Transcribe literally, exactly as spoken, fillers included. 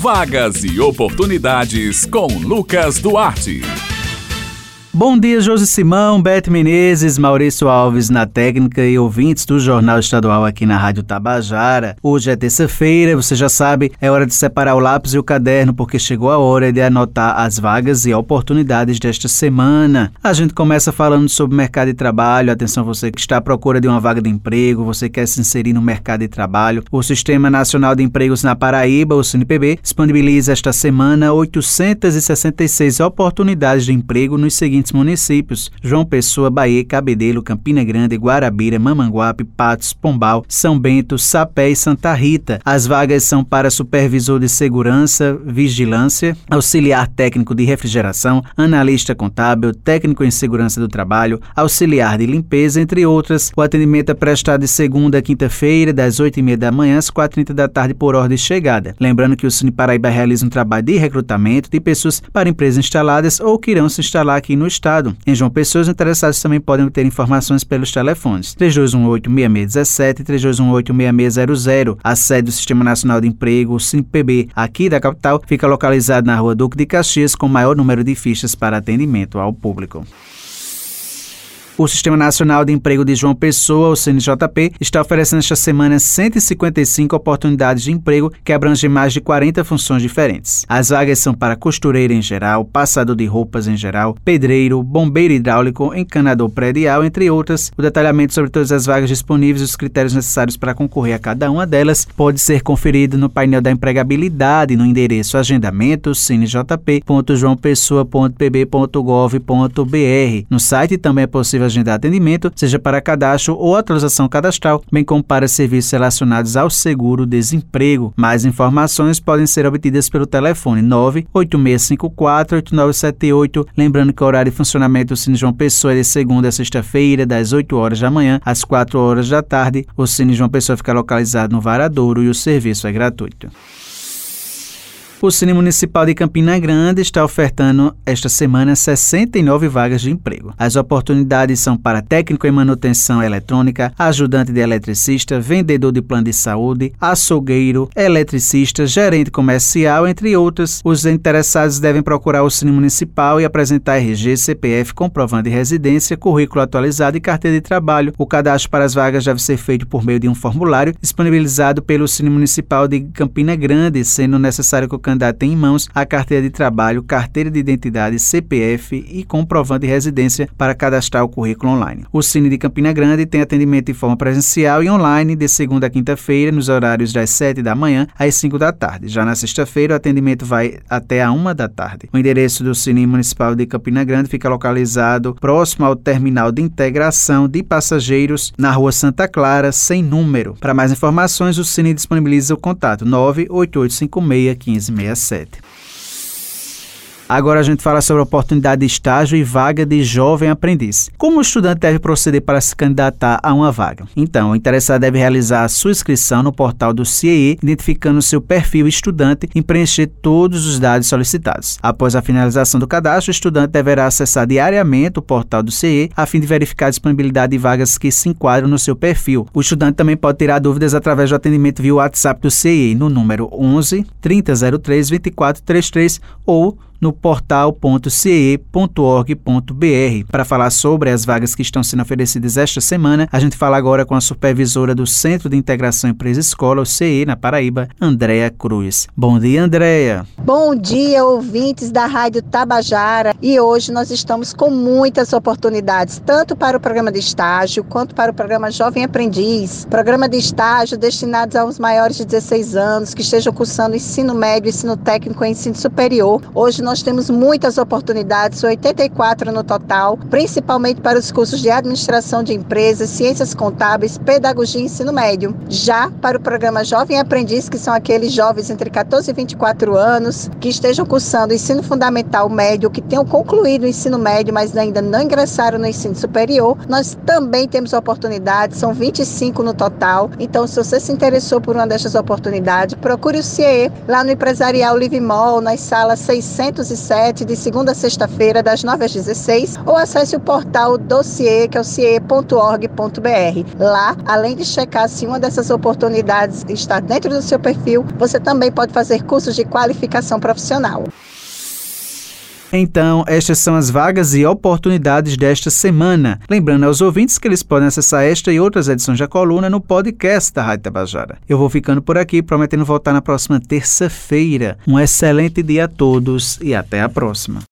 Vagas e oportunidades com Lucas Duarte. Bom dia, Josi Simão, Bete Menezes, Maurício Alves na técnica e ouvintes do Jornal Estadual aqui na Rádio Tabajara. Hoje é terça-feira, você já sabe, é hora de separar o lápis e o caderno porque chegou a hora de anotar as vagas e oportunidades desta semana. A gente começa falando sobre o mercado de trabalho. Atenção você que está à procura de uma vaga de emprego, você quer se inserir no mercado de trabalho. O Sistema Nacional de Empregos na Paraíba, o SINPB, disponibiliza esta semana oitocentas e sessenta e seis oportunidades de emprego nos seguintes municípios: João Pessoa, Bahia, Cabedelo, Campina Grande, Guarabira, Mamanguape, Patos, Pombal, São Bento, Sapé e Santa Rita. As vagas são para supervisor de segurança, vigilância, auxiliar técnico de refrigeração, analista contábil, técnico em segurança do trabalho, auxiliar de limpeza, entre outras. O atendimento é prestado de segunda a quinta-feira, das oito e meia da manhã às quatro e trinta da tarde, por ordem de chegada. Lembrando que o Cine Paraíba realiza um trabalho de recrutamento de pessoas para empresas instaladas ou que irão se instalar aqui no Estado. Em João Pessoa, os interessados também podem obter informações pelos telefones três dois um oito, seis seis um sete e três dois um oito, seis seis zero zero. A sede do Sistema Nacional de Emprego, o SINPB, aqui da capital, fica localizada na Rua Duque de Caxias, com maior número de fichas para atendimento ao público. O Sistema Nacional de Emprego de João Pessoa, o C N J P, está oferecendo esta semana cento e cinquenta e cinco oportunidades de emprego que abrangem mais de quarenta funções diferentes. As vagas são para costureira em geral, passador de roupas em geral, pedreiro, bombeiro hidráulico, encanador predial, entre outras. O detalhamento sobre todas as vagas disponíveis e os critérios necessários para concorrer a cada uma delas pode ser conferido no painel da empregabilidade no endereço agendamento cine j p ponto joão pessoa ponto p b ponto gov ponto b r. No site também é possível agendar atendimento, seja para cadastro ou atualização cadastral, bem como para serviços relacionados ao seguro-desemprego. Mais informações podem ser obtidas pelo telefone nove oito seis cinco quatro, oito nove sete oito. Lembrando que o horário de funcionamento do Cine João Pessoa é de segunda a sexta-feira, das oito horas da manhã às quatro horas da tarde. O Cine João Pessoa fica localizado no Varadouro e o serviço é gratuito. O Cine Municipal de Campina Grande está ofertando esta semana sessenta e nove vagas de emprego. As oportunidades são para técnico em manutenção eletrônica, ajudante de eletricista, vendedor de plano de saúde, açougueiro, eletricista, gerente comercial, entre outras. Os interessados devem procurar o Cine Municipal e apresentar R G, C P F, comprovante de residência, currículo atualizado e carteira de trabalho. O cadastro para as vagas deve ser feito por meio de um formulário disponibilizado pelo Cine Municipal de Campina Grande, sendo necessário que o candidato tenha em mãos a carteira de trabalho, carteira de identidade, C P F e comprovante de residência para cadastrar o currículo online. O Cine de Campina Grande tem atendimento de forma presencial e online de segunda a quinta-feira, nos horários das sete da manhã às cinco da tarde. Já na sexta-feira, o atendimento vai até a uma da tarde. O endereço do Cine Municipal de Campina Grande fica localizado próximo ao terminal de integração de passageiros na Rua Santa Clara, sem número. Para mais informações, o Cine disponibiliza o contato nove oito oito cinco seis, um cinco seis sete. Agora a gente fala sobre a oportunidade de estágio e vaga de jovem aprendiz. Como o estudante deve proceder para se candidatar a uma vaga? Então, o interessado deve realizar a sua inscrição no portal do C I E, identificando seu perfil estudante e preencher todos os dados solicitados. Após a finalização do cadastro, o estudante deverá acessar diariamente o portal do C I E a fim de verificar a disponibilidade de vagas que se enquadram no seu perfil. O estudante também pode tirar dúvidas através do atendimento via WhatsApp do C I E no número onze, trinta zero três, vinte e quatro trinta e três ou no portal ponto c e ponto org ponto b r. Para falar sobre as vagas que estão sendo oferecidas esta semana, a gente fala agora com a supervisora do Centro de Integração Empresa-Escola, o C E, na Paraíba, Andréa Cruz. Bom dia, Andréa. Bom dia, ouvintes da Rádio Tabajara. E hoje nós estamos com muitas oportunidades, tanto para o programa de estágio, quanto para o programa Jovem Aprendiz. Programa de estágio destinados aos maiores de dezesseis anos, que estejam cursando ensino médio, ensino técnico e ensino superior. Hoje nós temos muitas oportunidades, oitenta e quatro no total, principalmente para os cursos de administração de empresas, ciências contábeis, pedagogia e ensino médio. Já para o programa Jovem Aprendiz, que são aqueles jovens entre catorze e vinte e quatro anos, que estejam cursando ensino fundamental médio, que tenham concluído o ensino médio, mas ainda não ingressaram no ensino superior, nós também temos oportunidades, são vinte e cinco no total. Então, se você se interessou por uma dessas oportunidades, procure o C I E lá no Empresarial Live Mall, nas salas seiscentos duzentos e sete, de segunda a sexta-feira, das nove às dezesseis, ou acesse o portal Dossiê, que é o ciê ponto org ponto br. Lá, além de checar se uma dessas oportunidades está dentro do seu perfil, você também pode fazer cursos de qualificação profissional. Então, estas são as vagas e oportunidades desta semana. Lembrando aos ouvintes que eles podem acessar esta e outras edições da coluna no podcast da Rádio Tabajara. Eu vou ficando por aqui, prometendo voltar na próxima terça-feira. Um excelente dia a todos e até a próxima.